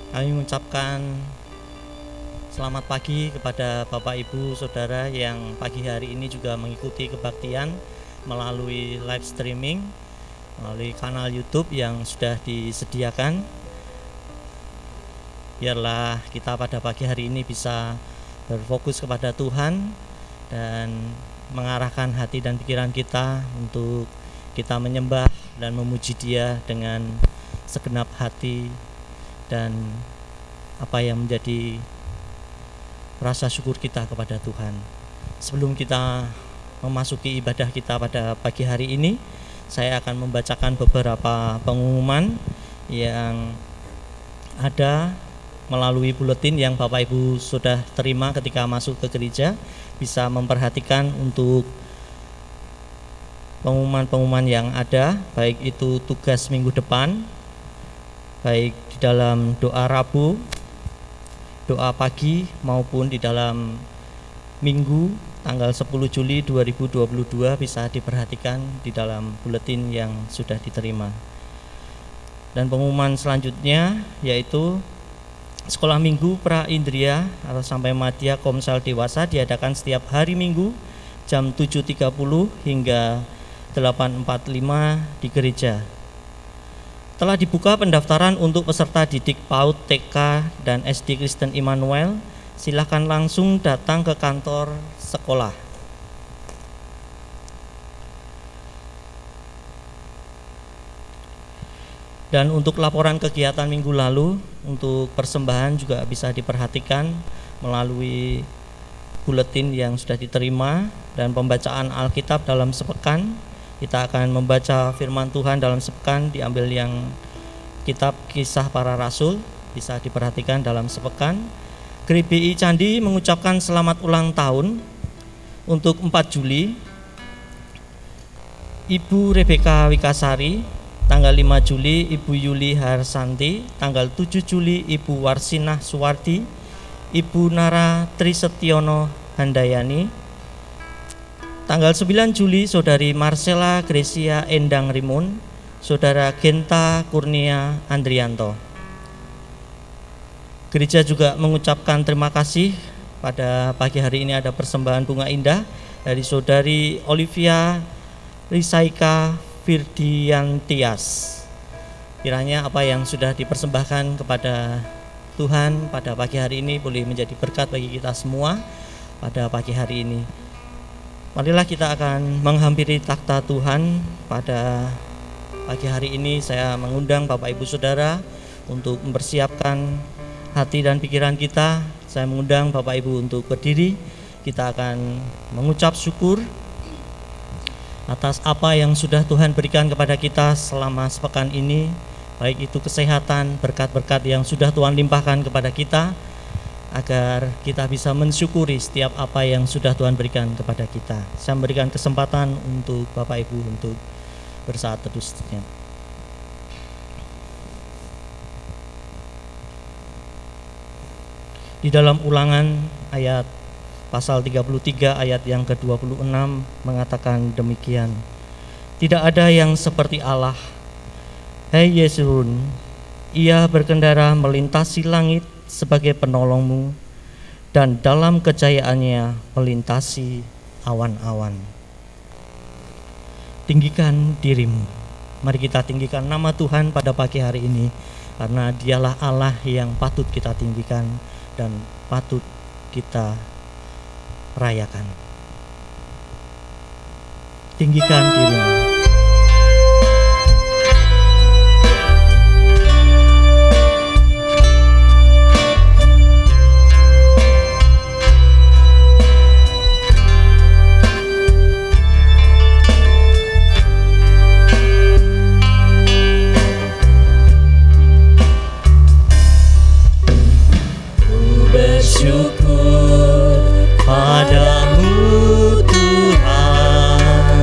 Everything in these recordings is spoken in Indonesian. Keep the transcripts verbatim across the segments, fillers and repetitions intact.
Kami mengucapkan selamat pagi kepada Bapak Ibu Saudara yang pagi hari ini juga mengikuti kebaktian melalui live streaming, melalui kanal YouTube yang sudah disediakan. Biarlah kita pada pagi hari ini bisa berfokus kepada Tuhan dan mengarahkan hati dan pikiran kita untuk kita menyembah dan memuji Dia dengan segenap hati dan apa yang menjadi rasa syukur kita kepada Tuhan. Sebelum kita memasuki ibadah kita pada pagi hari ini, saya akan membacakan beberapa pengumuman yang ada melalui buletin yang Bapak Ibu sudah terima ketika masuk ke gereja. Bisa memperhatikan untuk pengumuman-pengumuman yang ada, baik itu tugas minggu depan, baik di dalam doa Rabu, doa pagi, maupun di dalam minggu tanggal sepuluh Juli dua ribu dua puluh dua bisa diperhatikan di dalam buletin yang sudah diterima. Dan pengumuman selanjutnya yaitu sekolah minggu pra Indria atau sampai madya Komsel dewasa diadakan setiap hari Minggu jam tujuh tiga puluh hingga delapan empat puluh lima di gereja. Telah dibuka pendaftaran untuk peserta didik PAUD, T K, dan S D Kristen Immanuel. Silakan langsung datang ke kantor sekolah. Dan untuk laporan kegiatan minggu lalu, untuk persembahan juga bisa diperhatikan melalui buletin yang sudah diterima. Dan pembacaan Alkitab dalam sepekan, kita akan membaca firman Tuhan dalam sepekan diambil yang kitab Kisah Para Rasul, bisa diperhatikan dalam sepekan. G R I B I Candi mengucapkan selamat ulang tahun untuk empat Juli Ibu Rebeka Wikasari, tanggal lima Juli Ibu Yuli Harsanti, tanggal tujuh Juli Ibu Warsinah Suwardi, Ibu Nara Trisetyono Handayani, tanggal sembilan Juli Saudari Marcella Grecia Endang Rimun, Saudara Genta Kurnia Andrianto. Gereja juga mengucapkan terima kasih. Pada pagi hari ini ada persembahan bunga indah dari Saudari Olivia Risaika Firdiantias. Kiranya apa yang sudah dipersembahkan kepada Tuhan pada pagi hari ini boleh menjadi berkat bagi kita semua pada pagi hari ini. Marilah kita akan menghampiri takhta Tuhan. Pada pagi hari ini saya mengundang Bapak Ibu Saudara untuk mempersiapkan hati dan pikiran kita. Saya mengundang Bapak Ibu untuk berdiri. Kita akan mengucap syukur atas apa yang sudah Tuhan berikan kepada kita selama sepekan ini, baik itu kesehatan, berkat-berkat yang sudah Tuhan limpahkan kepada kita, agar kita bisa mensyukuri setiap apa yang sudah Tuhan berikan kepada kita. Saya memberikan kesempatan untuk Bapak Ibu untuk bersaat teduh sejenak. Di dalam Ulangan ayat pasal tiga puluh tiga ayat yang ke dua puluh enam mengatakan demikian. Tidak ada yang seperti Allah. Hai Yesurun, Ia berkendara melintasi langit sebagai penolongmu, dan dalam kejayaannya melintasi awan-awan. Tinggikan dirimu. Mari kita tinggikan nama Tuhan pada pagi hari ini, karena Dialah Allah yang patut kita tinggikan dan patut kita rayakan. Tinggikan dirimu. Padamu Tuhan,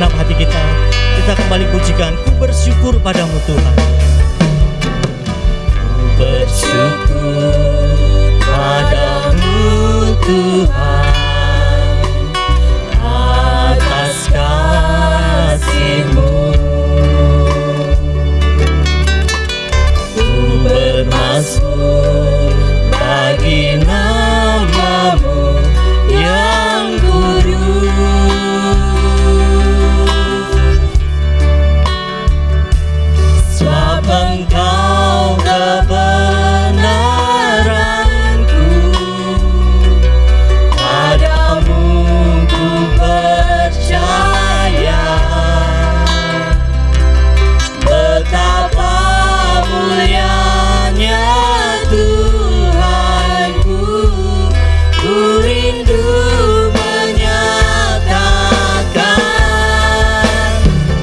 segenap hati kita, kita kembali pujikan, ku bersyukur padamu Tuhan. Ku bersyukur padamu Tuhan atas kasih-Mu. Ku bermasmur bagi nama-Mu yang kudus, sebab Engkau kebenaranku, padamu ku percaya. Betapa mulianya Tuhanku, ku rindu menyatakan,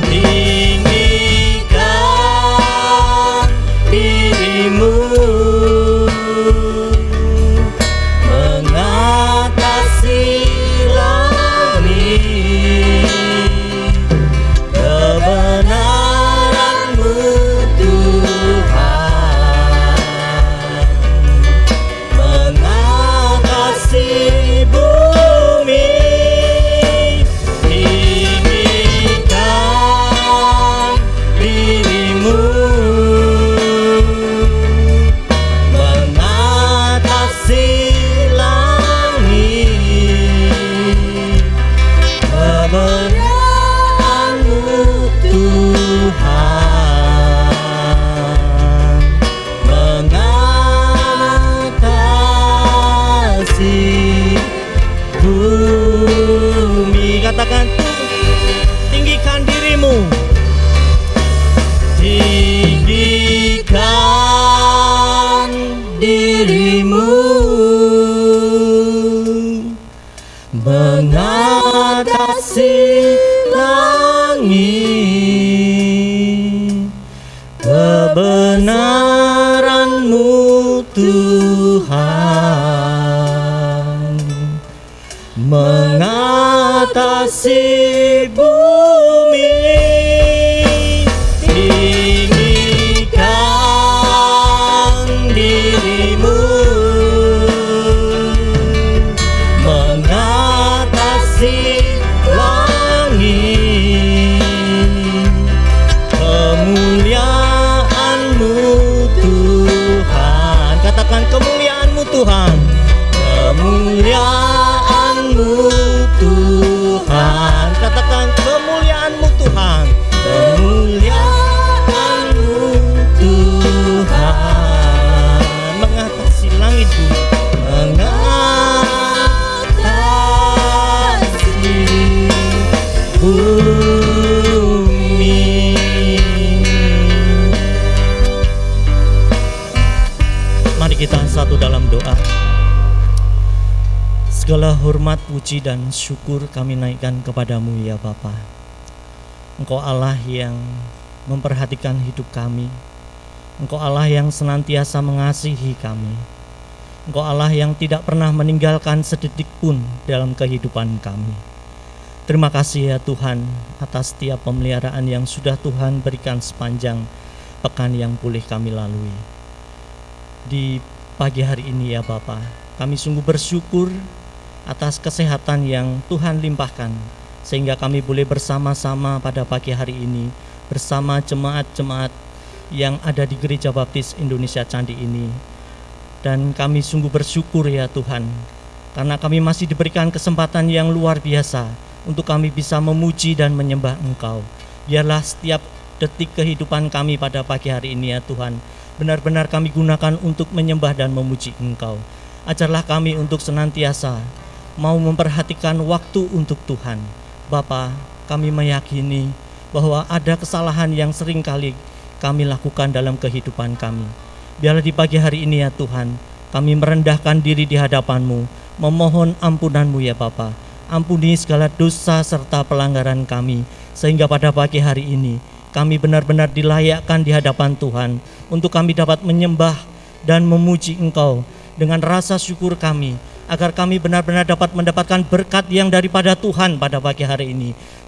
tinggikan diri-Mu mengatasi langit, kebenaran-Mu Tuhan mengatasi bumi. Tinggikan diri-Mu mengatasi langit, kebenaran-Mu Tuhan mengatasi bumi. Katakan, tinggikan diri-Mu, tinggikan diri-Mu mengatasi langit, kebenaran-Mu Tuhan mengatasi bumi. Tinggikan diri-Mu mengatasi langit, kemuliaan-Mu Tuhan. Katakan, kemuliaan-Mu Tuhan, kemuliaan-Mu Tuhan. Katakan, kemuliaan-Mu Tuhan, kemuliaan-Mu Tuhan mengatasi langit bumi, mengatasi bumi. Mari kita satu dalam doa. Segala hormat, puji, dan syukur kami naikkan kepadamu ya Bapa. Engkau Allah yang memperhatikan hidup kami. Engkau Allah yang senantiasa mengasihi kami. Engkau Allah yang tidak pernah meninggalkan sedetik pun dalam kehidupan kami. Terima kasih ya Tuhan atas setiap pemeliharaan yang sudah Tuhan berikan sepanjang pekan yang boleh kami lalui. Di pagi hari ini ya Bapa, kami sungguh bersyukur atas kesehatan yang Tuhan limpahkan, sehingga kami boleh bersama-sama pada pagi hari ini bersama jemaat-jemaat yang ada di Gereja Baptis Indonesia Candi ini. Dan kami sungguh bersyukur ya Tuhan, karena kami masih diberikan kesempatan yang luar biasa untuk kami bisa memuji dan menyembah Engkau. Biarlah setiap detik kehidupan kami pada pagi hari ini ya Tuhan, benar-benar kami gunakan untuk menyembah dan memuji Engkau. Ajarlah kami untuk senantiasa mau memperhatikan waktu untuk Tuhan. Bapa, kami meyakini bahwa ada kesalahan yang sering kali kami lakukan dalam kehidupan kami. Biarlah di pagi hari ini ya Tuhan, kami merendahkan diri di hadapan-Mu, memohon ampunan-Mu ya Bapa. Ampuni segala dosa serta pelanggaran kami, sehingga pada pagi hari ini kami benar-benar dilayakkan di hadapan Tuhan untuk kami dapat menyembah dan memuji Engkau dengan rasa syukur kami, agar kami benar-benar dapat mendapatkan berkat yang daripada Tuhan pada pagi hari ini.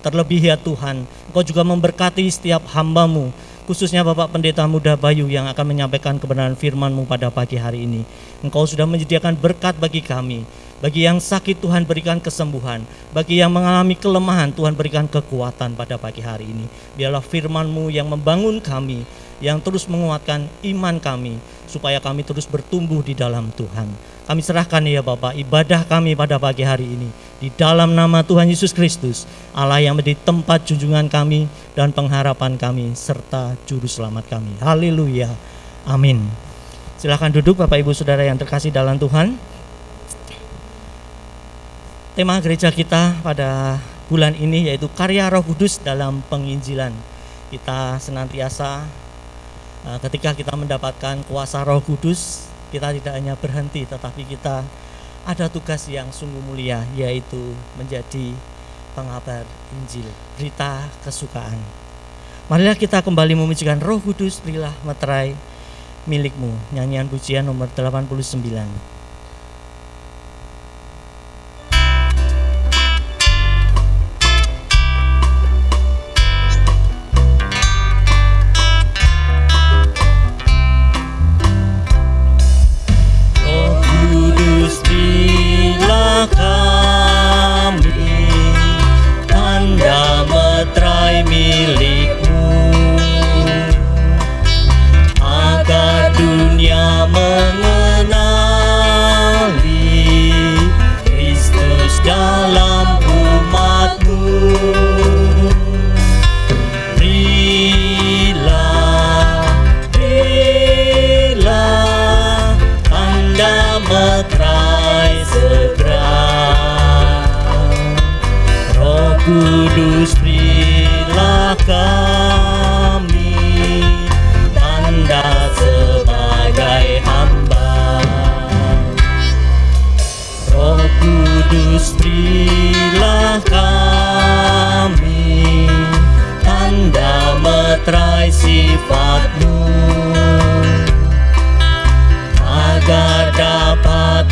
Terlebih ya Tuhan, Engkau juga memberkati setiap hamba-Mu, khususnya Bapak Pendeta Muda Bayu yang akan menyampaikan kebenaran firman-Mu pada pagi hari ini. Engkau sudah menyediakan berkat bagi kami. Bagi yang sakit Tuhan berikan kesembuhan. Bagi yang mengalami kelemahan Tuhan berikan kekuatan pada pagi hari ini. Biarlah firman-Mu yang membangun kami, yang terus menguatkan iman kami, supaya kami terus bertumbuh di dalam Tuhan. Kami serahkan ya Bapak ibadah kami pada pagi hari ini di dalam nama Tuhan Yesus Kristus, Allah yang menjadi tempat junjungan kami dan pengharapan kami serta juru selamat kami. Haleluya. Amin. Silakan duduk Bapak Ibu Saudara yang terkasih dalam Tuhan. Tema gereja kita pada bulan ini yaitu karya Roh Kudus dalam penginjilan. Kita senantiasa ketika kita mendapatkan kuasa Roh Kudus, kita tidak hanya berhenti, tetapi kita ada tugas yang sungguh mulia, yaitu menjadi pengabar Injil, berita kesukaan. Marilah kita kembali memujikan Roh Kudus, berilah meterai milik-Mu. Nyanyian pujian nomor delapan puluh sembilan. Kudus berilah kami tanda sebagai hamba. Roh Kudus berilah kami tanda meterai sifat-Mu, agar dapat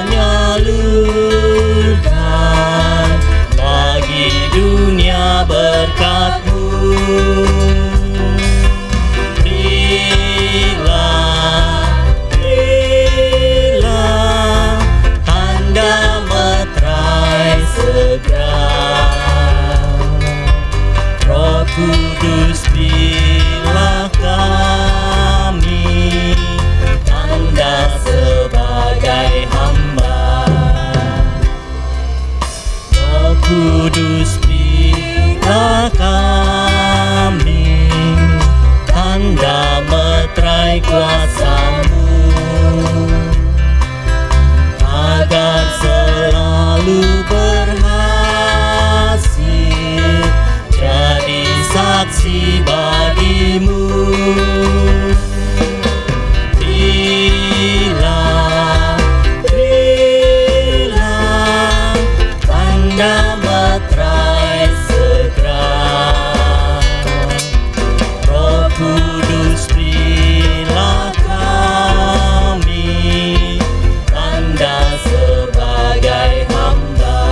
menyalurkan bagi dunia berkat-Mu. Berilah, berilah tanda meterai segera. Roh Kudus berilah kami tanda sebagai hamba. Kudus berilah kami tanda meterai kuasa-Mu, agar selalu berhasil jadi saksi bagi-Mu. Berilah, berilah tanda meterai segera. Roh Kudus berilah kami tanda sebagai hamba.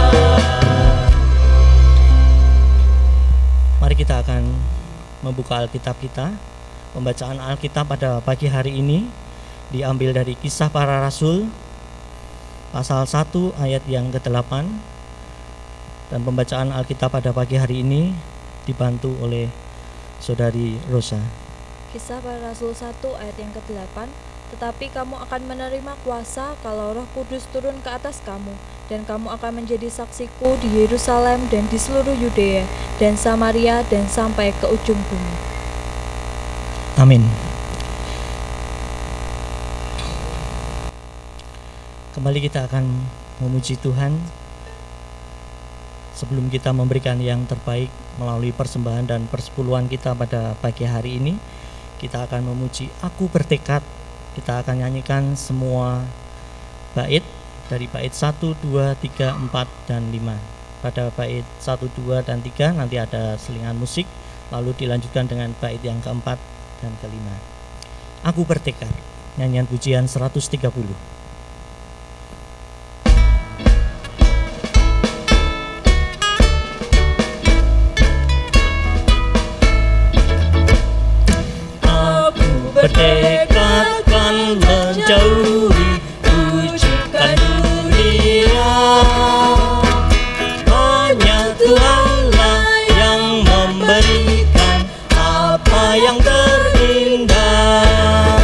Mari kita akan membuka Alkitab kita. Pembacaan Alkitab pada pagi hari ini diambil dari Kisah Para Rasul pasal satu ayat yang kedelapan. Dan pembacaan Alkitab pada pagi hari ini dibantu oleh Saudari Rosa. Kisah Para Rasul satu ayat yang kedelapan. Tetapi kamu akan menerima kuasa kalau Roh Kudus turun ke atas kamu, dan kamu akan menjadi saksiku di Yerusalem dan di seluruh Yudea dan Samaria dan sampai ke ujung bumi. Amin. Kembali kita akan memuji Tuhan. Sebelum kita memberikan yang terbaik melalui persembahan dan persepuluhan kita pada pagi hari ini, kita akan memuji Aku Bertekad. Kita akan nyanyikan semua bait dari bait satu, dua, tiga, empat, dan lima. Pada bait satu, dua, dan tiga nanti ada selingan musik, lalu dilanjutkan dengan bait yang keempat dan kelima. Aku Bertekad, nyanyian pujian seratus tiga puluh. bertekad kan menjauhi ujukan dunia. Hanya Tuhanlah yang memberikan apa yang terindah.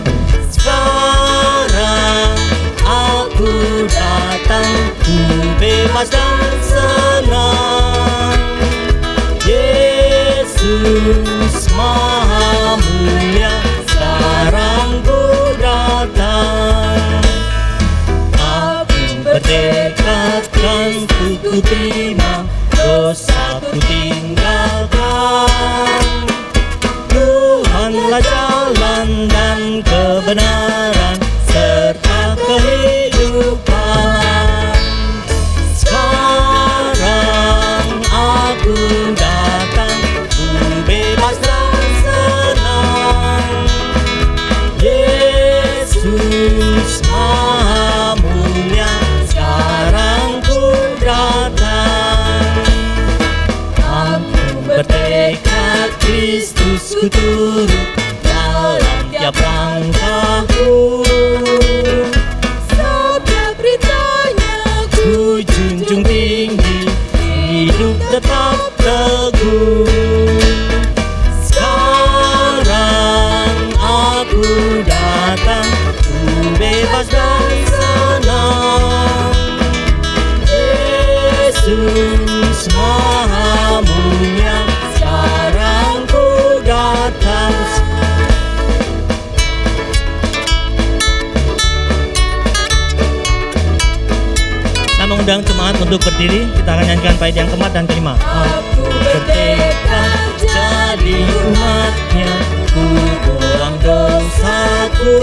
Sekarang aku datang, ku bebas dan senang. Yesus Maha Mulia, sekarang ku datang. Aku bertekad kan ku terima, dosaku tinggalkan. Tuhanlah jalan dan kebenaran serta kehidupan. Sekarang aku datang, ku bebas dan senang. Yesus Maha Mulia, sekarang ku datang. Aku bertekad Kristus ku turut dalam tiap langkahku. Setiap beritanya ku junjung tinggi, hidup tetap teguh. Sekarang aku datang, ku bebas dan senang. Yesus Maha Mulia, sekarang ku datang. Saya mengundang jemaat untuk berdiri. Kita akan nyanyikan bait yang keempat dan kelima. Aku bertekad jadi umatnya, ku buang dosaku.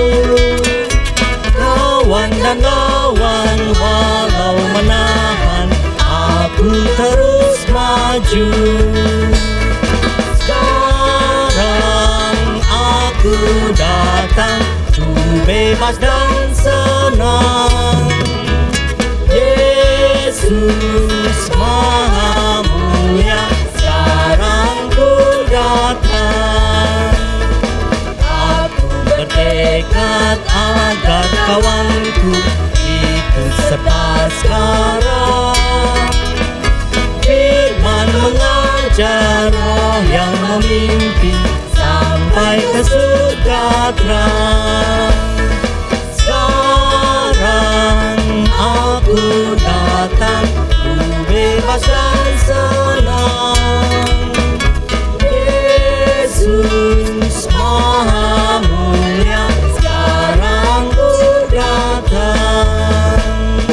Kawan dan lawan walau menahan, aku terus maju. Sekarang aku datang, ku bebas dan senang. Yesus Maha Mulia, sekarang ku datang. Aku bertekad agar kawanku ikut serta sekarang. Firman mengajar, roh yang memimpin sampai ke surga terang. Sekarang aku datang, ku bebas dan senang. Yesus Maha Mulia, sekarang ku datang.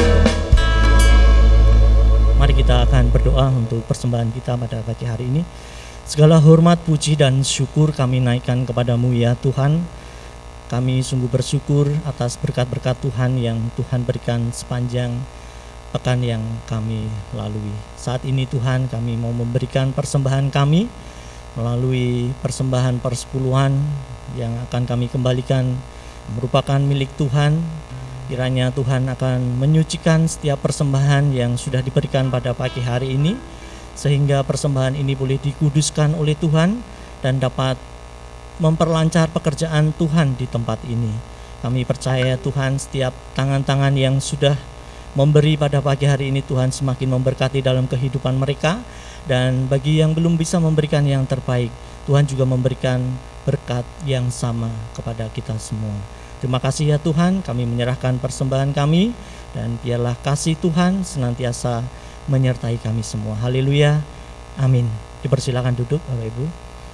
Mari kita akan berdoa untuk persembahan kita pada pagi hari ini. Segala hormat, puji, dan syukur kami naikkan kepadamu ya Tuhan. Kami sungguh bersyukur atas berkat-berkat Tuhan yang Tuhan berikan sepanjang pekan yang kami lalui. Saat ini Tuhan, kami mau memberikan persembahan kami melalui persembahan persepuluhan yang akan kami kembalikan merupakan milik Tuhan. Kiranya Tuhan akan menyucikan setiap persembahan yang sudah diberikan pada pagi hari ini, sehingga persembahan ini boleh dikuduskan oleh Tuhan dan dapat memperlancar pekerjaan Tuhan di tempat ini. Kami percaya Tuhan, setiap tangan-tangan yang sudah memberi pada pagi hari ini, Tuhan semakin memberkati dalam kehidupan mereka. Dan bagi yang belum bisa memberikan yang terbaik, Tuhan juga memberikan berkat yang sama kepada kita semua. Terima kasih ya Tuhan, kami menyerahkan persembahan kami, dan biarlah kasih Tuhan senantiasa menyertai kami semua. Haleluya, amin. Dipersilakan duduk Bapak Ibu.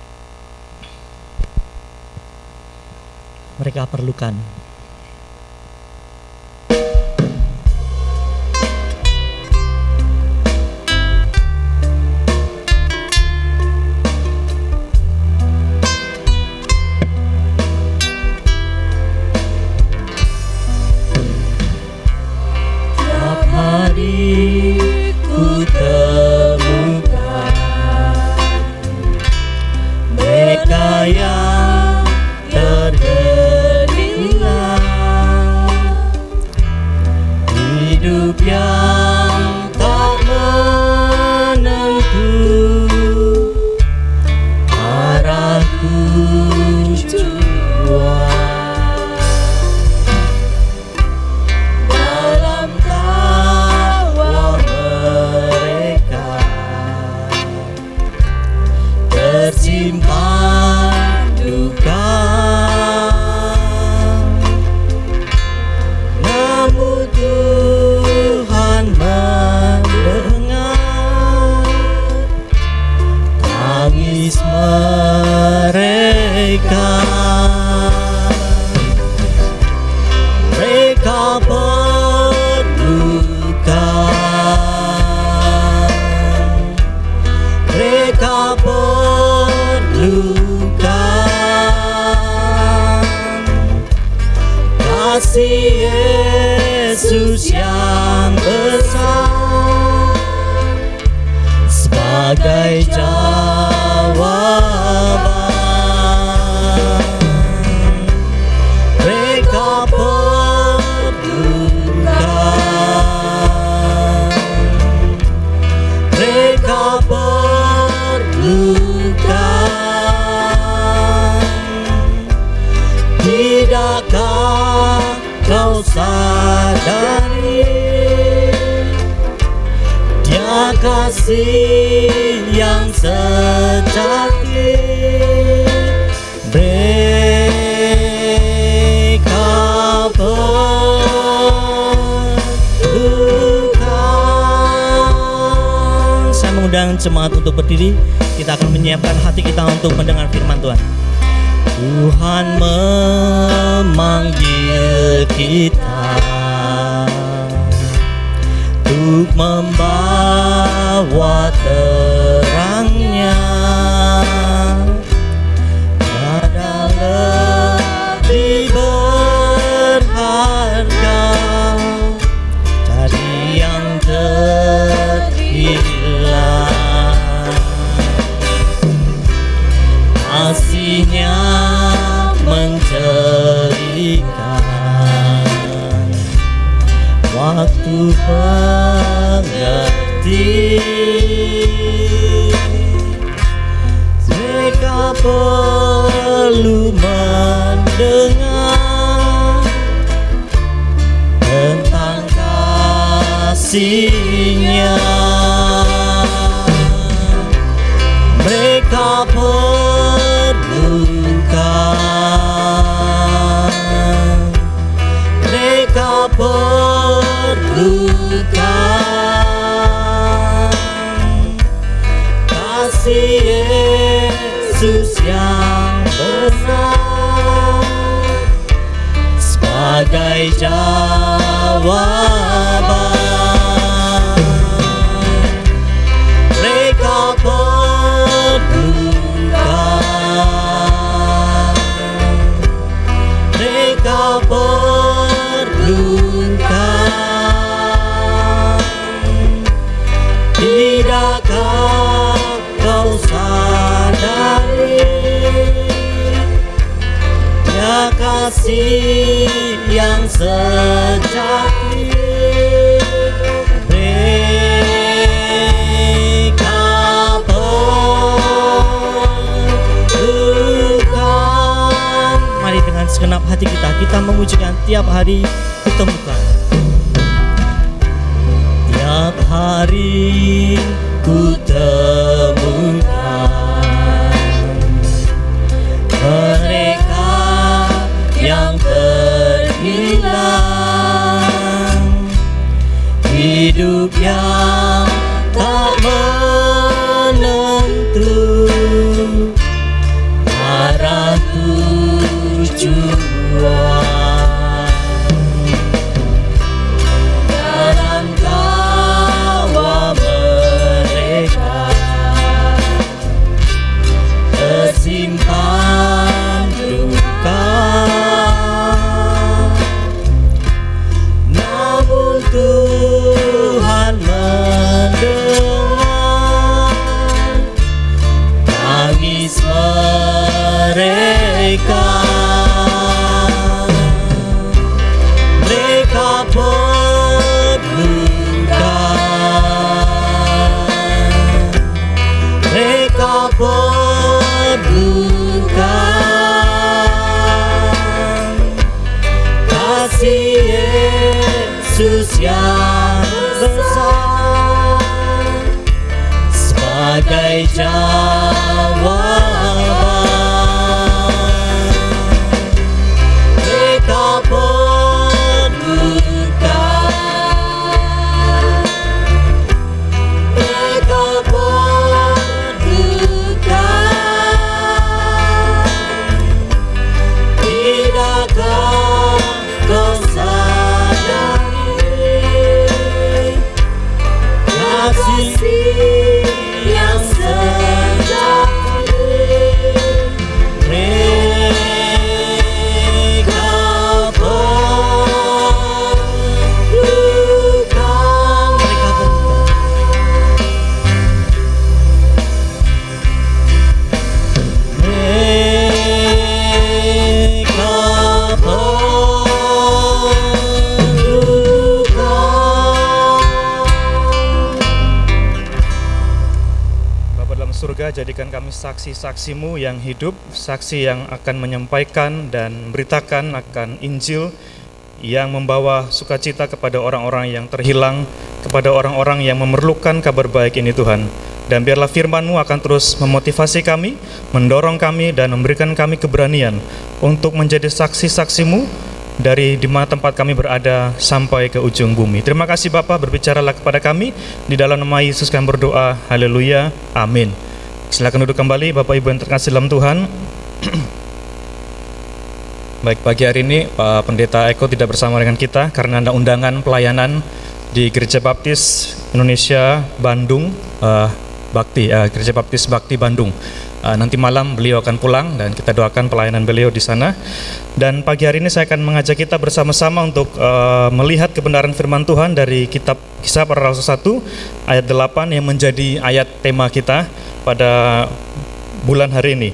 Mereka perlukan. Tiap hari ku temukan mereka yang tergelincir tangis mereka. Mereka berduka, mereka berluka. Kasih Yesus yang besar sebagai jawaban. Mereka berduka, mereka berluka. Tidakkah kau sadari Dia kasih yang sejati? Mereka berduka. Saya mengundang jemaat untuk berdiri. Kita akan menyiapkan hati kita untuk mendengar firman Tuhan. Tuhan memanggil kita untuk membawa terangnya pada lebih berharga dari yang terhilang. Kasih-Nya menjadikan waktu mengerti. Mereka perlu mendengar tentang kasih-Nya. Mereka berduka, mereka berluka. Kasih Yesus yang besar sebagai jawaban. Mereka berduka, mereka berluka. Tidakkah kau sadari Dia kasih yang sejati? Mereka berduka. Mari dengan segenap hati kita, kita memujikan tiap hari kutemukan. Tiap hari kutemukan mereka yang terhilang, hidup yang tak menentu, arah tujuan. Dalam tawa mereka tersimpan duka, namun Tuhan mendengar tangis mereka. Mereka berduka, mereka berduka. Kasih Yesus yang besar sebagai jawaban. Mereka berduka, mereka berduka. jadikan kami saksi-saksi-Mu yang hidup, saksi yang akan menyampaikan dan memberitakan akan Injil yang membawa sukacita kepada orang-orang yang terhilang, kepada orang-orang yang memerlukan kabar baik ini Tuhan. Dan biarlah firman-Mu akan terus memotivasi kami, mendorong kami, dan memberikan kami keberanian untuk menjadi saksi-saksi-Mu dari di mana tempat kami berada sampai ke ujung bumi. Terima kasih Bapa, berbicaralah kepada kami, di dalam nama Yesus kami berdoa, haleluya, amin. Silakan duduk kembali Bapak Ibu yang terkasih dalam Tuhan. Baik, pagi hari ini Pak Pendeta Eko tidak bersama dengan kita karena ada undangan pelayanan di Gereja Baptis Indonesia Bandung, uh, Bakti, uh, Gereja Baptis Bakti Bandung. Uh, nanti malam beliau akan pulang dan kita doakan pelayanan beliau di sana. Dan pagi hari ini saya akan mengajak kita bersama-sama untuk uh, melihat kebenaran firman Tuhan dari kitab Kisah Para Rasul satu ayat delapan yang menjadi ayat tema kita pada bulan hari ini.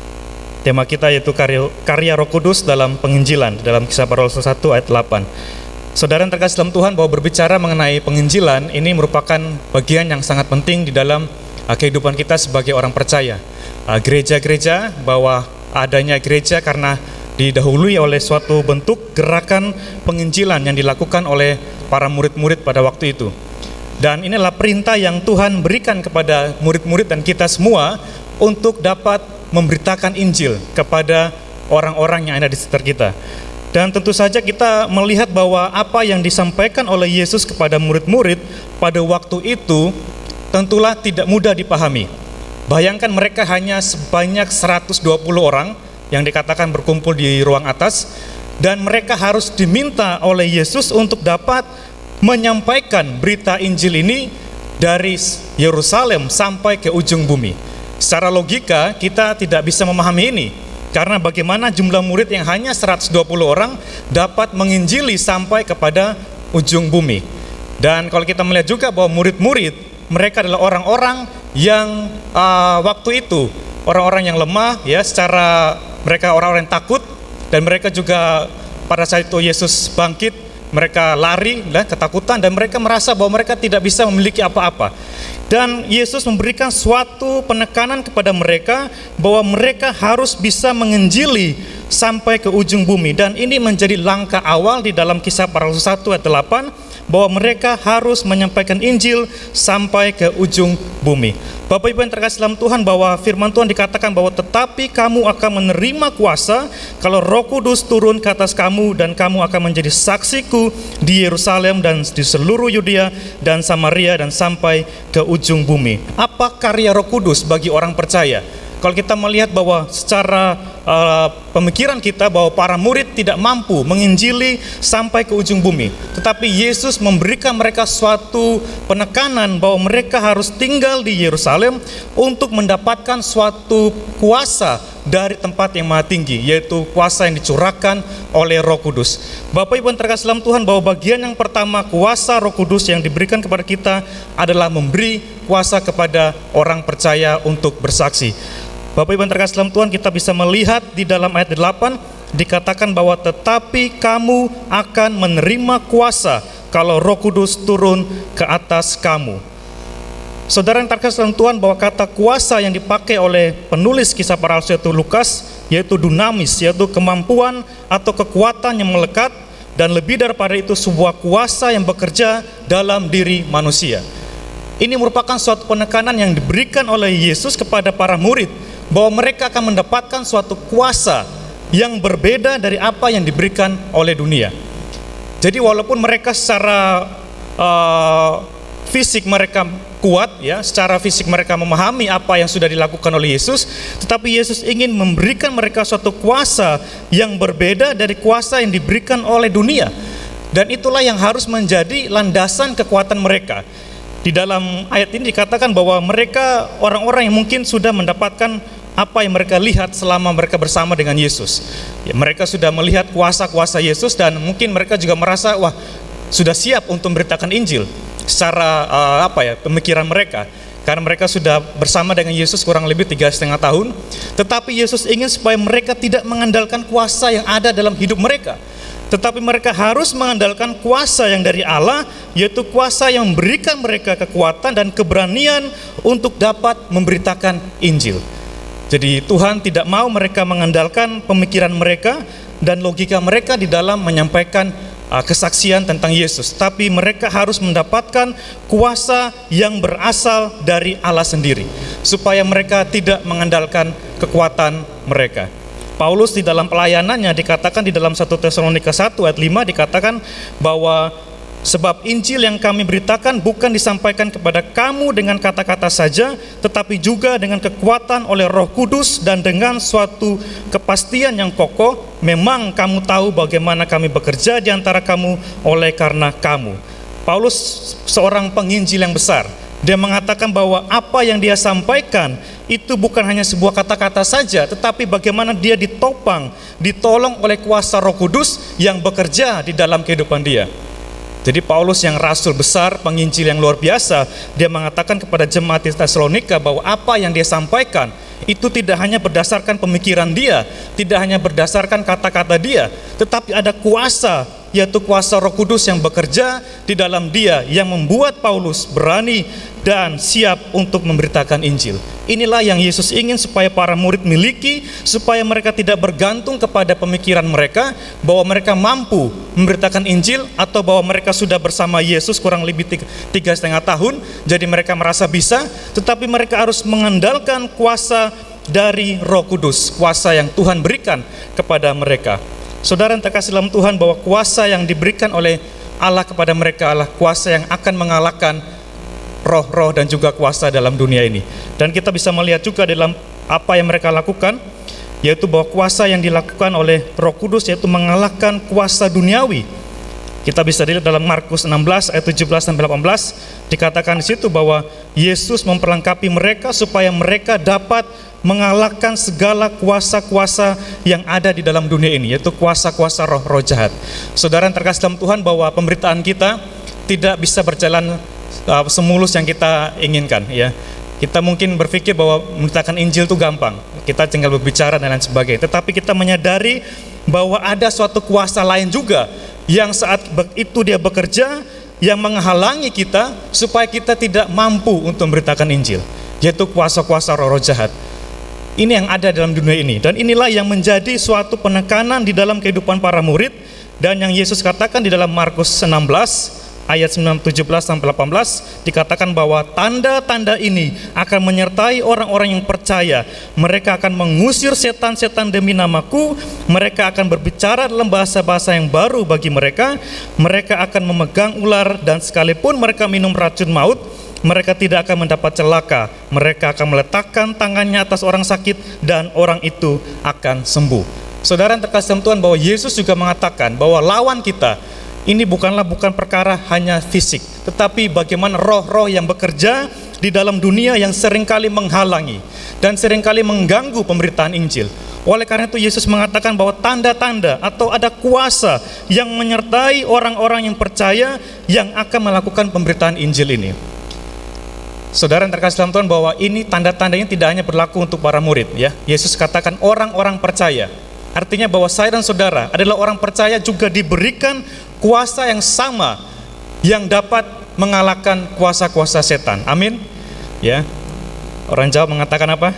Tema kita yaitu karya, karya Roh Kudus dalam penginjilan, dalam Kisah Para Rasul satu ayat delapan. Saudara yang terkasih dalam Tuhan, bahwa berbicara mengenai penginjilan ini merupakan bagian yang sangat penting di dalam uh, kehidupan kita sebagai orang percaya. Uh, gereja-gereja, bahwa adanya gereja karena didahului oleh suatu bentuk gerakan penginjilan yang dilakukan oleh para murid-murid pada waktu itu. Dan inilah perintah yang Tuhan berikan kepada murid-murid dan kita semua untuk dapat memberitakan Injil kepada orang-orang yang ada di sekitar kita. Dan tentu saja kita melihat bahwa apa yang disampaikan oleh Yesus kepada murid-murid pada waktu itu tentulah tidak mudah dipahami. Bayangkan mereka hanya sebanyak seratus dua puluh orang yang dikatakan berkumpul di ruang atas, dan mereka harus diminta oleh Yesus untuk dapat menyampaikan berita Injil ini dari Yerusalem sampai ke ujung bumi. Secara logika kita tidak bisa memahami ini, karena bagaimana jumlah murid yang hanya seratus dua puluh orang dapat menginjili sampai kepada ujung bumi. Dan kalau kita melihat juga bahwa murid-murid mereka adalah orang-orang yang uh, waktu itu orang-orang yang lemah, ya, secara mereka orang-orang yang takut, dan mereka juga pada saat itu Yesus bangkit, mereka lari, lah, ketakutan, dan mereka merasa bahwa mereka tidak bisa memiliki apa-apa. Dan Yesus memberikan suatu penekanan kepada mereka bahwa mereka harus bisa menginjili sampai ke ujung bumi. Dan ini menjadi langkah awal di dalam Kisah Para Rasul satu ayat delapan, bahwa mereka harus menyampaikan Injil sampai ke ujung bumi. Bapak Ibu yang terkasih dalam Tuhan, bahwa firman Tuhan dikatakan bahwa tetapi kamu akan menerima kuasa kalau Roh Kudus turun ke atas kamu, dan kamu akan menjadi saksiku di Yerusalem dan di seluruh Yudea dan Samaria dan sampai ke ujung bumi. Apa karya Roh Kudus bagi orang percaya? Kalau kita melihat bahwa secara uh, pemikiran kita bahwa para murid tidak mampu menginjili sampai ke ujung bumi, tetapi Yesus memberikan mereka suatu penekanan bahwa mereka harus tinggal di Yerusalem untuk mendapatkan suatu kuasa dari tempat yang maha tinggi, yaitu kuasa yang dicurahkan oleh Roh Kudus. Bapak Ibu yang terkasih dalam Tuhan, bahwa bagian yang pertama kuasa Roh Kudus yang diberikan kepada kita adalah memberi kuasa kepada orang percaya untuk bersaksi. Bapak Ibu yang terkasih dalam Tuhan, kita bisa melihat di dalam ayat delapan dikatakan bahwa tetapi kamu akan menerima kuasa kalau Roh Kudus turun ke atas kamu. Saudara yang terkasih dalam Tuhan, bahwa kata kuasa yang dipakai oleh penulis Kisah Para Rasul yaitu Lukas, yaitu dunamis, yaitu kemampuan atau kekuatan yang melekat, dan lebih daripada itu sebuah kuasa yang bekerja dalam diri manusia. Ini merupakan suatu penekanan yang diberikan oleh Yesus kepada para murid, bahwa mereka akan mendapatkan suatu kuasa yang berbeda dari apa yang diberikan oleh dunia. Jadi walaupun mereka secara uh, fisik mereka kuat, ya, secara fisik mereka memahami apa yang sudah dilakukan oleh Yesus, tetapi Yesus ingin memberikan mereka suatu kuasa yang berbeda dari kuasa yang diberikan oleh dunia. Dan itulah yang harus menjadi landasan kekuatan mereka. Di dalam ayat ini dikatakan bahwa mereka orang-orang yang mungkin sudah mendapatkan apa yang mereka lihat selama mereka bersama dengan Yesus. Ya, mereka sudah melihat kuasa-kuasa Yesus, dan mungkin mereka juga merasa, wah, sudah siap untuk memberitakan Injil secara uh, apa ya pemikiran mereka, karena mereka sudah bersama dengan Yesus kurang lebih tiga setengah tahun. Tetapi Yesus ingin supaya mereka tidak mengandalkan kuasa yang ada dalam hidup mereka, tetapi mereka harus mengandalkan kuasa yang dari Allah, yaitu kuasa yang memberikan mereka kekuatan dan keberanian untuk dapat memberitakan Injil. Jadi Tuhan tidak mau mereka mengandalkan pemikiran mereka dan logika mereka di dalam menyampaikan uh, kesaksian tentang Yesus, tapi mereka harus mendapatkan kuasa yang berasal dari Allah sendiri, supaya mereka tidak mengandalkan kekuatan mereka. Paulus di dalam pelayanannya dikatakan di dalam satu Tesalonika satu ayat lima dikatakan bahwa sebab Injil yang kami beritakan bukan disampaikan kepada kamu dengan kata-kata saja, tetapi juga dengan kekuatan oleh Roh Kudus dan dengan suatu kepastian yang kokoh. Memang kamu tahu bagaimana kami bekerja di antara kamu oleh karena kamu. Paulus seorang penginjil yang besar. Dia mengatakan bahwa apa yang dia sampaikan itu bukan hanya sebuah kata-kata saja, tetapi bagaimana dia ditopang, ditolong oleh kuasa Roh Kudus yang bekerja di dalam kehidupan dia. Jadi Paulus yang rasul besar, penginjil yang luar biasa, dia mengatakan kepada jemaat di Tesalonika bahwa apa yang dia sampaikan itu tidak hanya berdasarkan pemikiran dia, tidak hanya berdasarkan kata-kata dia, tetapi ada kuasa, yaitu kuasa Roh Kudus yang bekerja di dalam dia, yang membuat Paulus berani dan siap untuk memberitakan Injil. Inilah yang Yesus ingin supaya para murid miliki, supaya mereka tidak bergantung kepada pemikiran mereka bahwa mereka mampu memberitakan Injil, atau bahwa mereka sudah bersama Yesus kurang lebih tiga, tiga setengah tahun, jadi mereka merasa bisa, tetapi mereka harus mengandalkan kuasa dari Roh Kudus, kuasa yang Tuhan berikan kepada mereka. Saudara yang terkasih dalam Tuhan, bahwa kuasa yang diberikan oleh Allah kepada mereka adalah kuasa yang akan mengalahkan roh-roh dan juga kuasa dalam dunia ini. Dan kita bisa melihat juga dalam apa yang mereka lakukan, yaitu bahwa kuasa yang dilakukan oleh Roh Kudus yaitu mengalahkan kuasa duniawi. Kita bisa lihat dalam Markus enam belas ayat tujuh belas sampai delapan belas, dikatakan di situ bahwa Yesus memperlengkapi mereka supaya mereka dapat mengalahkan segala kuasa-kuasa yang ada di dalam dunia ini, yaitu kuasa-kuasa roh-roh jahat. Saudara yang terkasih dalam Tuhan, bahwa pemberitaan kita tidak bisa berjalan Uh, semulus yang kita inginkan, ya. Kita mungkin berpikir bahwa memberitakan Injil itu gampang, kita tinggal berbicara dan lain sebagainya. Tetapi kita menyadari bahwa ada suatu kuasa lain juga yang saat itu dia bekerja, yang menghalangi kita supaya kita tidak mampu untuk memberitakan Injil, yaitu kuasa-kuasa roh-roh jahat. Ini yang ada dalam dunia ini, dan inilah yang menjadi suatu penekanan di dalam kehidupan para murid. Dan yang Yesus katakan di dalam Markus enam belas ayat sembilan, tujuh belas sampai delapan belas, dikatakan bahwa tanda-tanda ini akan menyertai orang-orang yang percaya. Mereka akan mengusir setan-setan demi namaku, mereka akan berbicara dalam bahasa-bahasa yang baru bagi mereka, mereka akan memegang ular, dan sekalipun mereka minum racun maut, mereka tidak akan mendapat celaka. Mereka akan meletakkan tangannya atas orang sakit dan orang itu akan sembuh. Saudara yang terkasih dalam Tuhan, bahwa Yesus juga mengatakan bahwa lawan kita ini bukanlah bukan perkara hanya fisik, tetapi bagaimana roh-roh yang bekerja di dalam dunia yang seringkali menghalangi dan seringkali mengganggu pemberitaan Injil. Oleh karena itu Yesus mengatakan bahwa tanda-tanda atau ada kuasa yang menyertai orang-orang yang percaya yang akan melakukan pemberitaan Injil ini. Saudara yang terkasih dalam Tuhan, bahwa ini tanda-tandanya tidak hanya berlaku untuk para murid, ya. Yesus katakan orang-orang percaya. Artinya bahwa saya dan saudara adalah orang percaya juga diberikan kuasa yang sama yang dapat mengalahkan kuasa-kuasa setan. Amin. Ya. Orang Jawa mengatakan apa?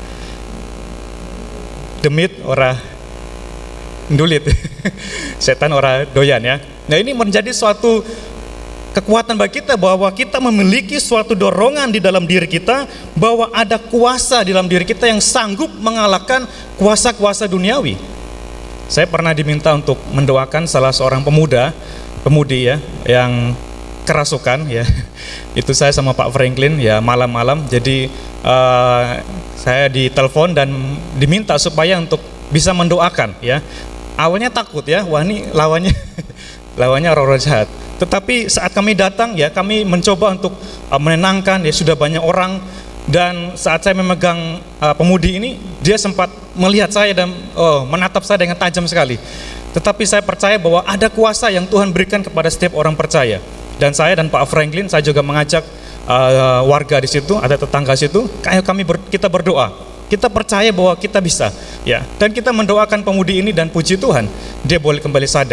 Demit ora ndulit. Setan ora doyan, ya. Nah, ini menjadi suatu kekuatan bagi kita, bahwa kita memiliki suatu dorongan di dalam diri kita, bahwa ada kuasa di dalam diri kita yang sanggup mengalahkan kuasa-kuasa duniawi. Saya pernah diminta untuk mendoakan salah seorang pemuda, pemudi ya, yang kerasukan ya. Itu saya sama Pak Franklin ya, malam-malam. Jadi uh, saya ditelepon dan diminta supaya untuk bisa mendoakan ya. Awalnya takut ya, wah ini lawannya lawannya roh-roh jahat. Tetapi saat kami datang ya, kami mencoba untuk uh, menenangkan ya, sudah banyak orang. Dan saat saya memegang uh, pemudi ini, dia sempat melihat saya dan oh, menatap saya dengan tajam sekali. Tetapi saya percaya bahwa ada kuasa yang Tuhan berikan kepada setiap orang percaya. Dan saya dan Pak Franklin, saya juga mengajak uh, warga di situ, ada tetangga situ, ayo kami ber, kita berdoa. Kita percaya bahwa kita bisa, ya. Dan kita mendoakan pemudi ini dan puji Tuhan, dia boleh kembali sadar.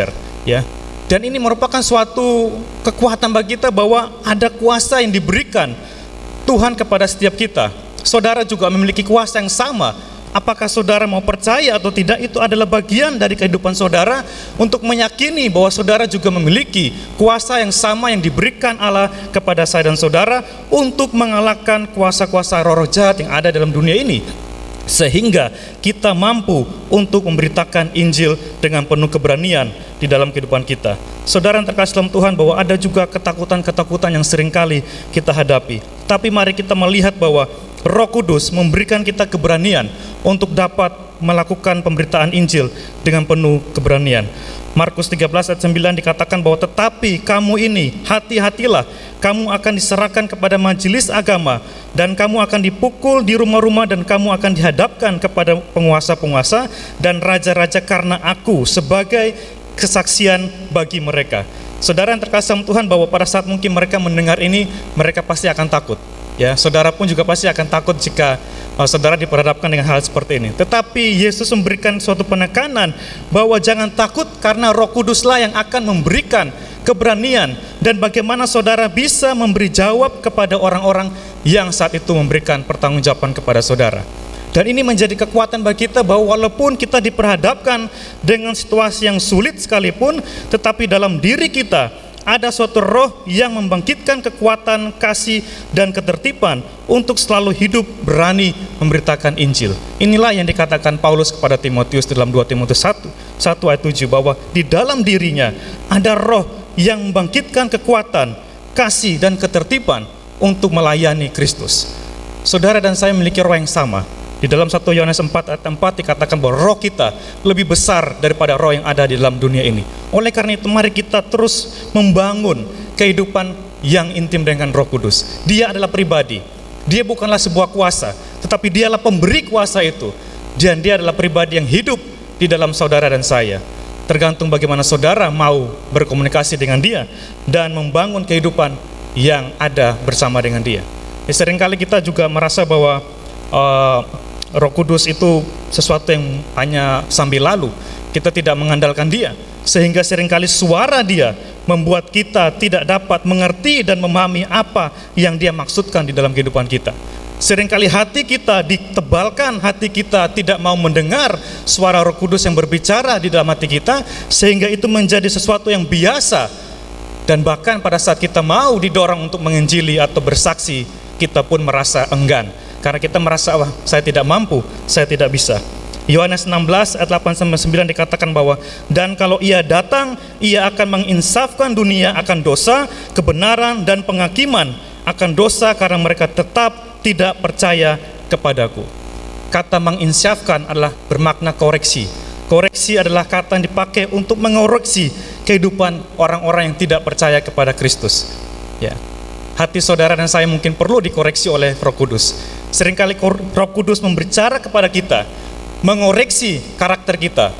ya. Dan ini merupakan suatu kekuatan bagi kita bahwa ada kuasa yang diberikan Tuhan kepada setiap kita. Saudara juga memiliki kuasa yang sama. Apakah saudara mau percaya atau tidak, itu adalah bagian dari kehidupan saudara untuk meyakini bahwa saudara juga memiliki kuasa yang sama yang diberikan Allah kepada saya dan saudara untuk mengalahkan kuasa-kuasa roh-roh jahat yang ada dalam dunia ini, sehingga kita mampu untuk memberitakan Injil dengan penuh keberanian di dalam kehidupan kita. Saudara yang terkasih dalam Tuhan, bahwa ada juga ketakutan-ketakutan yang seringkali kita hadapi. Tapi mari kita melihat bahwa Roh Kudus memberikan kita keberanian untuk dapat melakukan pemberitaan Injil dengan penuh keberanian. Markus tiga belas ayat sembilan dikatakan bahwa tetapi kamu ini hati-hatilah, kamu akan diserahkan kepada majelis agama, dan kamu akan dipukul di rumah-rumah, dan kamu akan dihadapkan kepada penguasa-penguasa dan raja-raja karena aku sebagai kesaksian bagi mereka. Saudara yang terkasih Tuhan, bahwa pada saat mungkin mereka mendengar ini, mereka pasti akan takut. Ya, saudara pun juga pasti akan takut jika uh, saudara diperhadapkan dengan hal seperti ini. Tetapi Yesus memberikan suatu penekanan bahwa jangan takut, karena Roh Kuduslah yang akan memberikan keberanian dan bagaimana saudara bisa memberi jawab kepada orang-orang yang saat itu memberikan pertanggungjawaban kepada saudara. Dan ini menjadi kekuatan bagi kita bahwa walaupun kita diperhadapkan dengan situasi yang sulit sekalipun, tetapi dalam diri kita ada suatu roh yang membangkitkan kekuatan, kasih, dan ketertiban untuk selalu hidup berani memberitakan Injil. Inilah yang dikatakan Paulus kepada Timotius dalam dua Timotius satu ayat tujuh, bahwa di dalam dirinya ada roh yang membangkitkan kekuatan, kasih, dan ketertiban untuk melayani Kristus. Saudara dan saya memiliki roh yang sama. Di dalam satu Yohanes empat ayat empat dikatakan bahwa roh kita lebih besar daripada roh yang ada di dalam dunia ini. Oleh karena itu mari kita terus membangun kehidupan yang intim dengan Roh Kudus. Dia adalah pribadi. Dia bukanlah sebuah kuasa, tetapi dialah pemberi kuasa itu. Dan dia adalah pribadi yang hidup di dalam saudara dan saya. Tergantung bagaimana saudara mau berkomunikasi dengan dia dan membangun kehidupan yang ada bersama dengan dia. Ya, seringkali kita juga merasa bahwa uh, Roh Kudus itu sesuatu yang hanya sambil lalu. Kita tidak mengandalkan dia, sehingga seringkali suara dia membuat kita tidak dapat mengerti dan memahami apa yang dia maksudkan di dalam kehidupan kita. Seringkali hati kita ditebalkan, hati kita tidak mau mendengar suara Roh Kudus yang berbicara di dalam hati kita, sehingga itu menjadi sesuatu yang biasa. Dan bahkan pada saat kita mau didorong untuk menginjili atau bersaksi, kita pun merasa enggan. Karena kita merasa, wah, saya tidak mampu, saya tidak bisa. Yohanes enam belas ayat delapan sampai sembilan dikatakan bahwa, dan kalau ia datang, ia akan menginsafkan dunia akan dosa, kebenaran, dan penghakiman akan dosa, karena mereka tetap tidak percaya kepadaku. Kata menginsafkan adalah bermakna koreksi. Koreksi adalah kata yang dipakai untuk mengoreksi kehidupan orang-orang yang tidak percaya kepada Kristus. Ya. Hati saudara dan saya mungkin perlu dikoreksi oleh Roh Kudus. Seringkali Roh Kudus membicara kepada kita, mengoreksi karakter kita,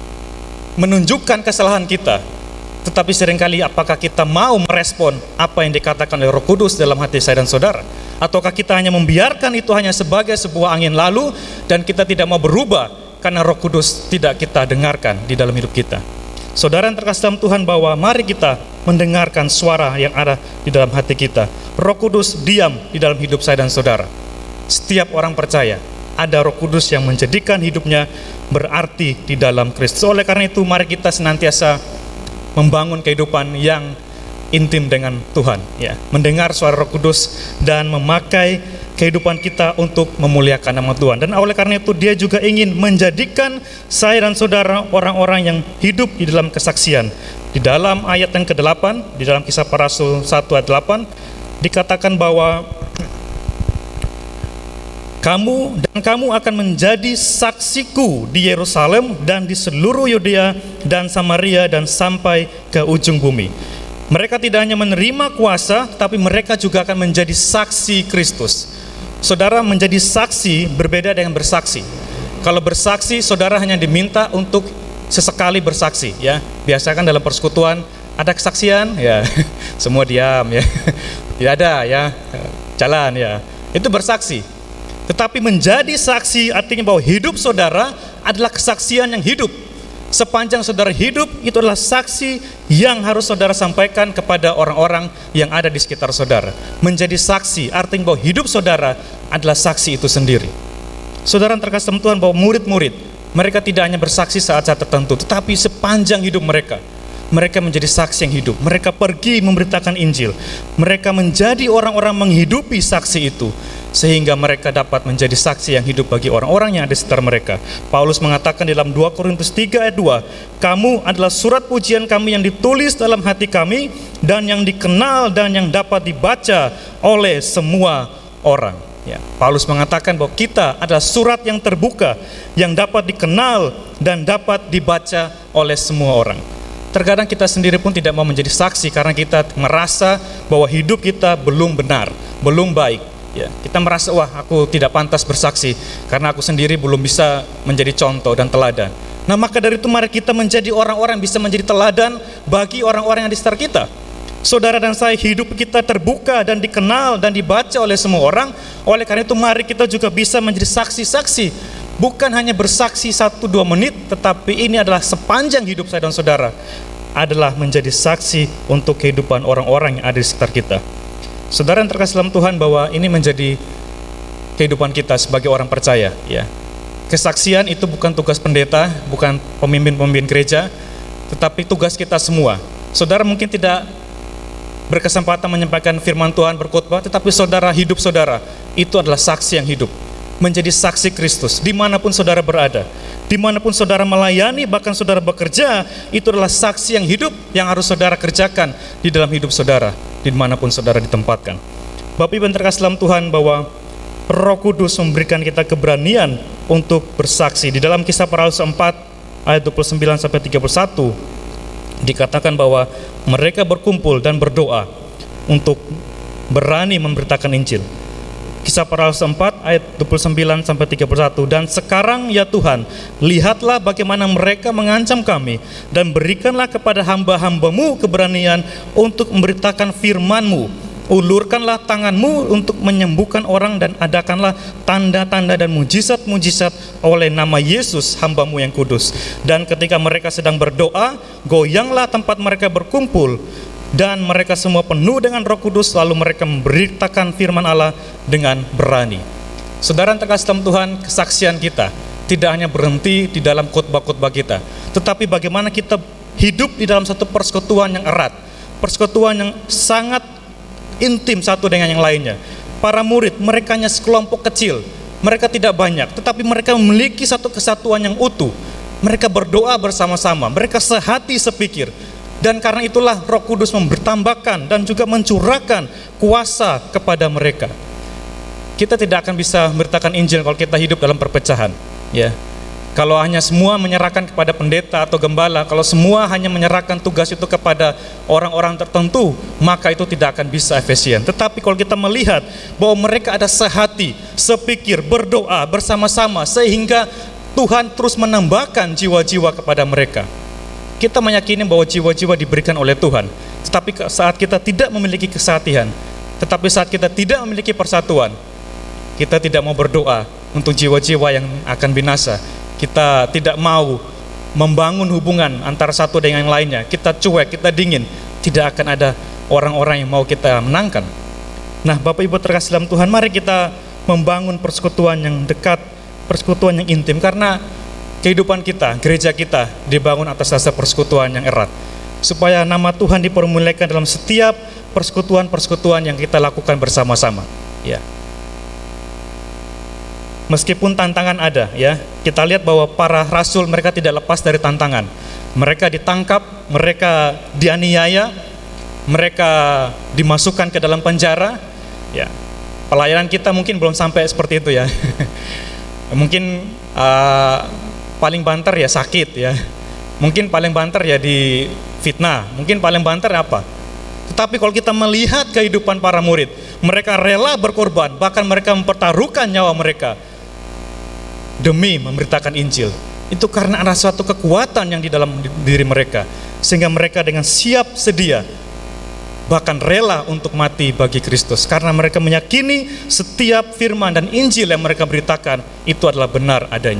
menunjukkan kesalahan kita. Tetapi seringkali apakah kita mau merespon apa yang dikatakan oleh Roh Kudus dalam hati saya dan saudara? Ataukah kita hanya membiarkan itu hanya sebagai sebuah angin lalu dan kita tidak mau berubah karena Roh Kudus tidak kita dengarkan di dalam hidup kita? Saudara yang terkasih dalam Tuhan, bahwa mari kita mendengarkan suara yang ada di dalam hati kita. Roh Kudus diam di dalam hidup saya dan saudara. Setiap orang percaya ada Roh Kudus yang menjadikan hidupnya berarti di dalam Kristus. Oleh karena itu mari kita senantiasa membangun kehidupan yang intim dengan Tuhan, ya, mendengar suara Roh Kudus dan memakai kehidupan kita untuk memuliakan nama Tuhan. Dan oleh karena itu dia juga ingin menjadikan saya dan saudara orang-orang yang hidup di dalam kesaksian. Di dalam ayat yang kedelapan, di dalam Kisah Para Rasul satu ayat delapan dikatakan bahwa kamu dan kamu akan menjadi saksiku di Yerusalem dan di seluruh Yudea dan Samaria dan sampai ke ujung bumi. Mereka tidak hanya menerima kuasa, tapi mereka juga akan menjadi saksi Kristus. Saudara, menjadi saksi berbeda dengan bersaksi. Kalau bersaksi, saudara hanya diminta untuk sesekali bersaksi, ya. Biasa kan dalam persekutuan ada kesaksian, ya, semua diam, ya, tidak ada, ya, jalan, ya. Itu bersaksi. Tetapi menjadi saksi artinya bahwa hidup saudara adalah kesaksian yang hidup. Sepanjang saudara hidup, itu adalah saksi yang harus saudara sampaikan kepada orang-orang yang ada di sekitar saudara. Menjadi saksi artinya bahwa hidup saudara adalah saksi itu sendiri. Saudara yang terkasih Tuhan, bahwa murid-murid, mereka tidak hanya bersaksi saat-saat tertentu, tetapi sepanjang hidup mereka, mereka menjadi saksi yang hidup. Mereka pergi memberitakan Injil. Mereka menjadi orang-orang menghidupi saksi itu, sehingga mereka dapat menjadi saksi yang hidup bagi orang-orang yang ada di sekitar mereka. Paulus mengatakan dalam dua Korintus tiga ayat dua, kamu adalah surat pujian kami yang ditulis dalam hati kami, dan yang dikenal dan yang dapat dibaca oleh semua orang. Ya, Paulus mengatakan bahwa kita adalah surat yang terbuka, yang dapat dikenal dan dapat dibaca oleh semua orang. Terkadang kita sendiri pun tidak mau menjadi saksi karena kita merasa bahwa hidup kita belum benar, belum baik. Ya, kita merasa, wah, aku tidak pantas bersaksi karena aku sendiri belum bisa menjadi contoh dan teladan. Nah, maka dari itu mari kita menjadi orang-orang yang bisa menjadi teladan bagi orang-orang yang di sekitar kita. Saudara dan saya, hidup kita terbuka dan dikenal dan dibaca oleh semua orang. Oleh karena itu mari kita juga bisa menjadi saksi-saksi. Bukan hanya bersaksi satu dua menit, tetapi ini adalah sepanjang hidup saya dan saudara adalah menjadi saksi untuk kehidupan orang-orang yang ada di sekitar kita. Saudara yang terkasih dalam Tuhan, bahwa ini menjadi kehidupan kita sebagai orang percaya. Ya, kesaksian itu bukan tugas pendeta, bukan pemimpin-pemimpin gereja, tetapi tugas kita semua. Saudara mungkin tidak berkesempatan menyampaikan firman Tuhan, berkhotbah, tetapi saudara, hidup saudara itu adalah saksi yang hidup. Menjadi saksi Kristus dimanapun saudara berada, dimanapun saudara melayani, bahkan saudara bekerja, itu adalah saksi yang hidup yang harus saudara kerjakan di dalam hidup saudara, dimanapun saudara ditempatkan. Bapak Ibu yang terkasih dalam Tuhan, bahwa Roh Kudus memberikan kita keberanian untuk bersaksi. Di dalam Kisah Para Rasul empat ayat dua puluh sembilan sampai tiga puluh satu dikatakan bahwa mereka berkumpul dan berdoa untuk berani memberitakan Injil. Kisah Para Rasul empat ayat dua puluh sembilan sampai tiga puluh satu, dan sekarang ya Tuhan, lihatlah bagaimana mereka mengancam kami, dan berikanlah kepada hamba-hambamu keberanian untuk memberitakan firman-Mu. Ulurkanlah tangan-Mu untuk menyembuhkan orang, dan adakanlah tanda-tanda dan mujizat-mujizat oleh nama Yesus hamba-Mu yang kudus. Dan ketika mereka sedang berdoa, goyanglah tempat mereka berkumpul, dan mereka semua penuh dengan Roh Kudus, lalu mereka memberitakan firman Allah dengan berani. Saudara yang terkasih dalam Tuhan, kesaksian kita tidak hanya berhenti di dalam khotbah-khotbah kita, tetapi bagaimana kita hidup di dalam satu persekutuan yang erat, persekutuan yang sangat intim satu dengan yang lainnya. Para murid, mereka hanya sekelompok kecil, mereka tidak banyak, tetapi mereka memiliki satu kesatuan yang utuh. Mereka berdoa bersama-sama, mereka sehati sepikir. Dan karena itulah Roh Kudus bertambahkan dan juga mencurahkan kuasa kepada mereka. Kita tidak akan bisa memberitakan Injil kalau kita hidup dalam perpecahan. Ya, kalau hanya semua menyerahkan kepada pendeta atau gembala, kalau semua hanya menyerahkan tugas itu kepada orang-orang tertentu, maka itu tidak akan bisa efisien. Tetapi kalau kita melihat bahwa mereka ada sehati, sepikir, berdoa bersama-sama, sehingga Tuhan terus menambahkan jiwa-jiwa kepada mereka. Kita meyakini bahwa jiwa-jiwa diberikan oleh Tuhan. Tetapi saat kita tidak memiliki kesatian, tetapi saat kita tidak memiliki persatuan, kita tidak mau berdoa untuk jiwa-jiwa yang akan binasa. Kita tidak mau membangun hubungan antara satu dengan yang lainnya. Kita cuek, kita dingin, tidak akan ada orang-orang yang mau kita menangkan. Nah, Bapak Ibu terkasih dalam Tuhan, mari kita membangun persekutuan yang dekat, persekutuan yang intim, karena kehidupan kita, gereja kita dibangun atas dasar persekutuan yang erat, supaya nama Tuhan dipermuliakan dalam setiap persekutuan-persekutuan yang kita lakukan bersama-sama. Ya, meskipun tantangan ada, ya, kita lihat bahwa para rasul mereka tidak lepas dari tantangan. Mereka ditangkap, mereka dianiaya, mereka dimasukkan ke dalam penjara. Ya, pelayanan kita mungkin belum sampai seperti itu, ya. Mungkin uh, paling banter ya sakit, ya. Mungkin paling banter ya di fitnah. Mungkin paling banter apa? Tetapi kalau kita melihat kehidupan para murid, mereka rela berkorban, bahkan mereka mempertaruhkan nyawa mereka demi memberitakan Injil. Itu karena ada suatu kekuatan yang di dalam diri mereka, sehingga mereka dengan siap sedia, bahkan rela untuk mati bagi Kristus, karena mereka meyakini setiap firman dan Injil yang mereka beritakan itu adalah benar adanya.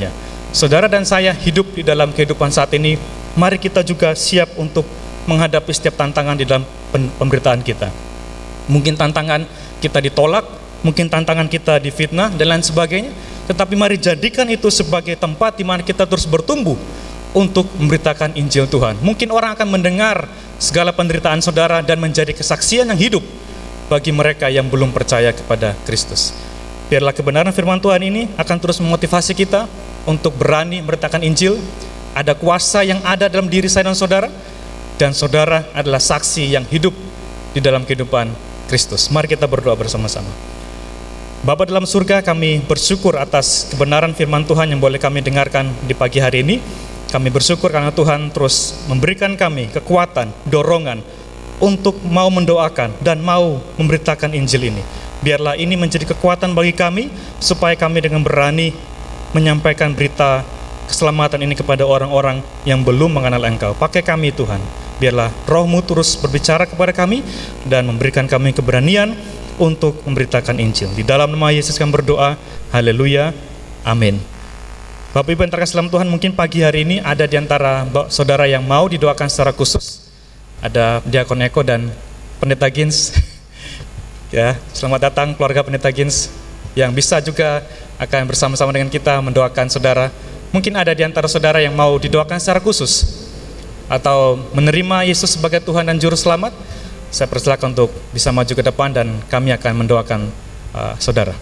saudara dan saya hidup di dalam kehidupan saat ini, mari kita juga siap untuk menghadapi setiap tantangan di dalam pemberitaan kita. Mungkin tantangan kita ditolak, mungkin tantangan kita difitnah dan lain sebagainya, tetapi mari jadikan itu sebagai tempat di mana kita terus bertumbuh untuk memberitakan Injil Tuhan. Mungkin orang akan mendengar segala penderitaan saudara dan menjadi kesaksian yang hidup bagi mereka yang belum percaya kepada Kristus. Biarlah kebenaran firman Tuhan ini akan terus memotivasi kita untuk berani memberitakan Injil. Ada kuasa yang ada dalam diri saya dan saudara, dan saudara adalah saksi yang hidup di dalam kehidupan Kristus. Mari kita berdoa bersama-sama. Bapa dalam surga, kami bersyukur atas kebenaran firman Tuhan yang boleh kami dengarkan di pagi hari ini. Kami bersyukur karena Tuhan terus memberikan kami kekuatan, dorongan untuk mau mendoakan dan mau memberitakan Injil ini. Biarlah ini menjadi kekuatan bagi kami, supaya kami dengan berani menyampaikan berita keselamatan ini kepada orang-orang yang belum mengenal Engkau. Pakai kami Tuhan, biarlah Roh-Mu terus berbicara kepada kami dan memberikan kami keberanian untuk memberitakan Injil. Di dalam nama Yesus kami berdoa, haleluya, amin. Bapak Ibu yang terkasih dalam Tuhan, mungkin pagi hari ini ada di antara saudara yang mau didoakan secara khusus. Ada Diakon Eko dan Pendeta Gins. Ya, selamat datang keluarga Pendeta Gins yang bisa juga akan bersama-sama dengan kita mendoakan saudara. Mungkin ada di antara saudara yang mau didoakan secara khusus atau menerima Yesus sebagai Tuhan dan Juru Selamat. Saya persilakan untuk bisa maju ke depan dan kami akan mendoakan uh, saudara.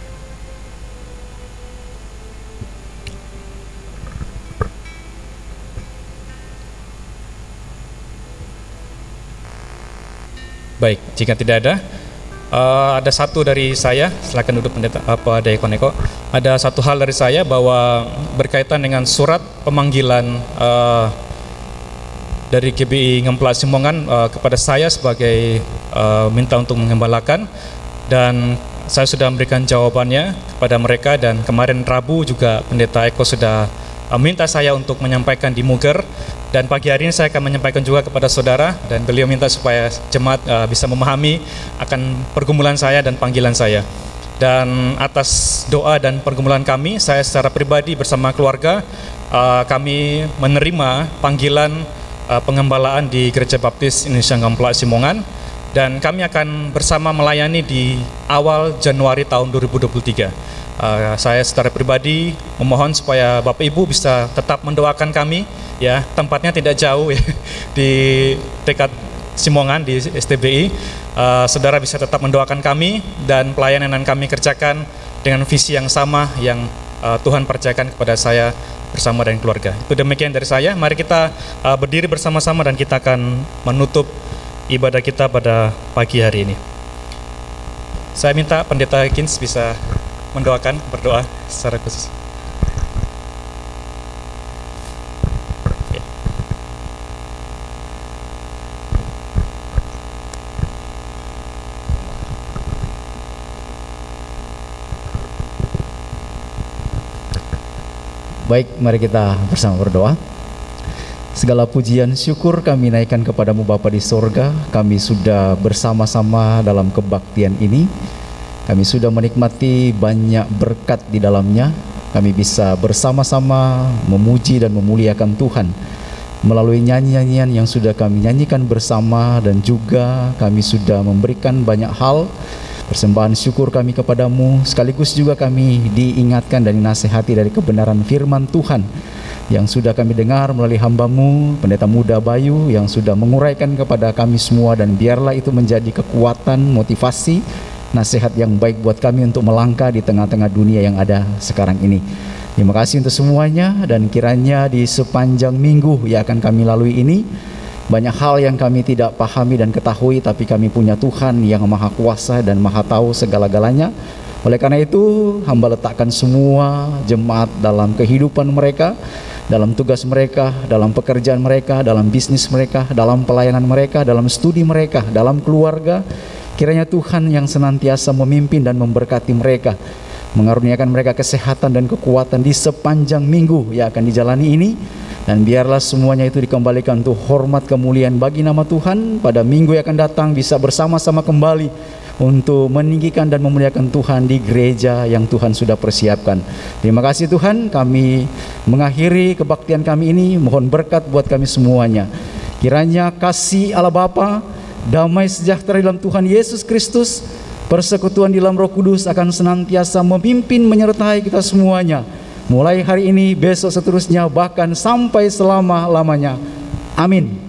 Baik, jika tidak ada, uh, ada satu dari saya, silakan duduk pendeta apa Diakon Eko. Ada satu hal dari saya bahwa berkaitan dengan surat pemanggilan uh, dari G B I Ngemplas Simongan uh, kepada saya sebagai uh, minta untuk mengembalakan, dan saya sudah memberikan jawabannya kepada mereka, dan kemarin Rabu juga Pendeta Eko sudah uh, minta saya untuk menyampaikan di Muger. Dan pagi hari ini saya akan menyampaikan juga kepada saudara, dan beliau minta supaya jemaat uh, bisa memahami akan pergumulan saya dan panggilan saya. Dan atas doa dan pergumulan kami, saya secara pribadi bersama keluarga, uh, kami menerima panggilan uh, pengembalaan di Gereja Baptis Indonesia Ngemplas Simongan, dan kami akan bersama melayani di awal Januari tahun dua ribu dua puluh tiga. Uh, saya secara pribadi memohon supaya Bapak Ibu bisa tetap mendoakan kami, ya, tempatnya tidak jauh ya, di dekat Simongan di S T B I. Uh, saudara bisa tetap mendoakan kami, dan pelayanan yang kami kerjakan dengan visi yang sama yang uh, Tuhan percayakan kepada saya bersama dengan keluarga. Itu demikian dari saya. Mari kita uh, berdiri bersama-sama dan kita akan menutup ibadah kita pada pagi hari ini. Saya minta Pendeta Gins bisa mendoakan, berdoa secara khusus. Baik, mari kita bersama berdoa. Segala pujian syukur kami naikkan kepadamu Bapa di sorga. Kami sudah bersama-sama dalam kebaktian ini. Kami sudah menikmati banyak berkat di dalamnya. Kami bisa bersama-sama memuji dan memuliakan Tuhan melalui nyanyian-nyanyian yang sudah kami nyanyikan bersama, dan juga kami sudah memberikan banyak hal. Persembahan syukur kami kepadamu, sekaligus juga kami diingatkan dan dinasihati dari kebenaran firman Tuhan yang sudah kami dengar melalui hamba-Mu, Pendeta Muda Bayu, yang sudah menguraikan kepada kami semua, dan biarlah itu menjadi kekuatan, motivasi, nasihat yang baik buat kami untuk melangkah di tengah-tengah dunia yang ada sekarang ini. Terima kasih untuk semuanya, dan kiranya di sepanjang minggu yang akan kami lalui ini, banyak hal yang kami tidak pahami dan ketahui, tapi kami punya Tuhan yang Maha Kuasa dan Maha Tahu segala-galanya. Oleh karena itu, hamba letakkan semua jemaat dalam kehidupan mereka, dalam tugas mereka, dalam pekerjaan mereka, dalam bisnis mereka, dalam pelayanan mereka, dalam studi mereka, dalam keluarga. Kiranya Tuhan yang senantiasa memimpin dan memberkati mereka, mengaruniakan mereka kesehatan dan kekuatan di sepanjang minggu yang akan dijalani ini. Dan biarlah semuanya itu dikembalikan untuk hormat kemuliaan bagi nama Tuhan. Pada minggu yang akan datang bisa bersama-sama kembali untuk meninggikan dan memuliakan Tuhan di gereja yang Tuhan sudah persiapkan. Terima kasih Tuhan, kami mengakhiri kebaktian kami ini. Mohon berkat buat kami semuanya. Kiranya kasih Allah Bapa, damai sejahtera dalam Tuhan Yesus Kristus, persekutuan di dalam Roh Kudus akan senantiasa memimpin menyertai kita semuanya, mulai hari ini, besok seterusnya, bahkan sampai selama-lamanya. Amin.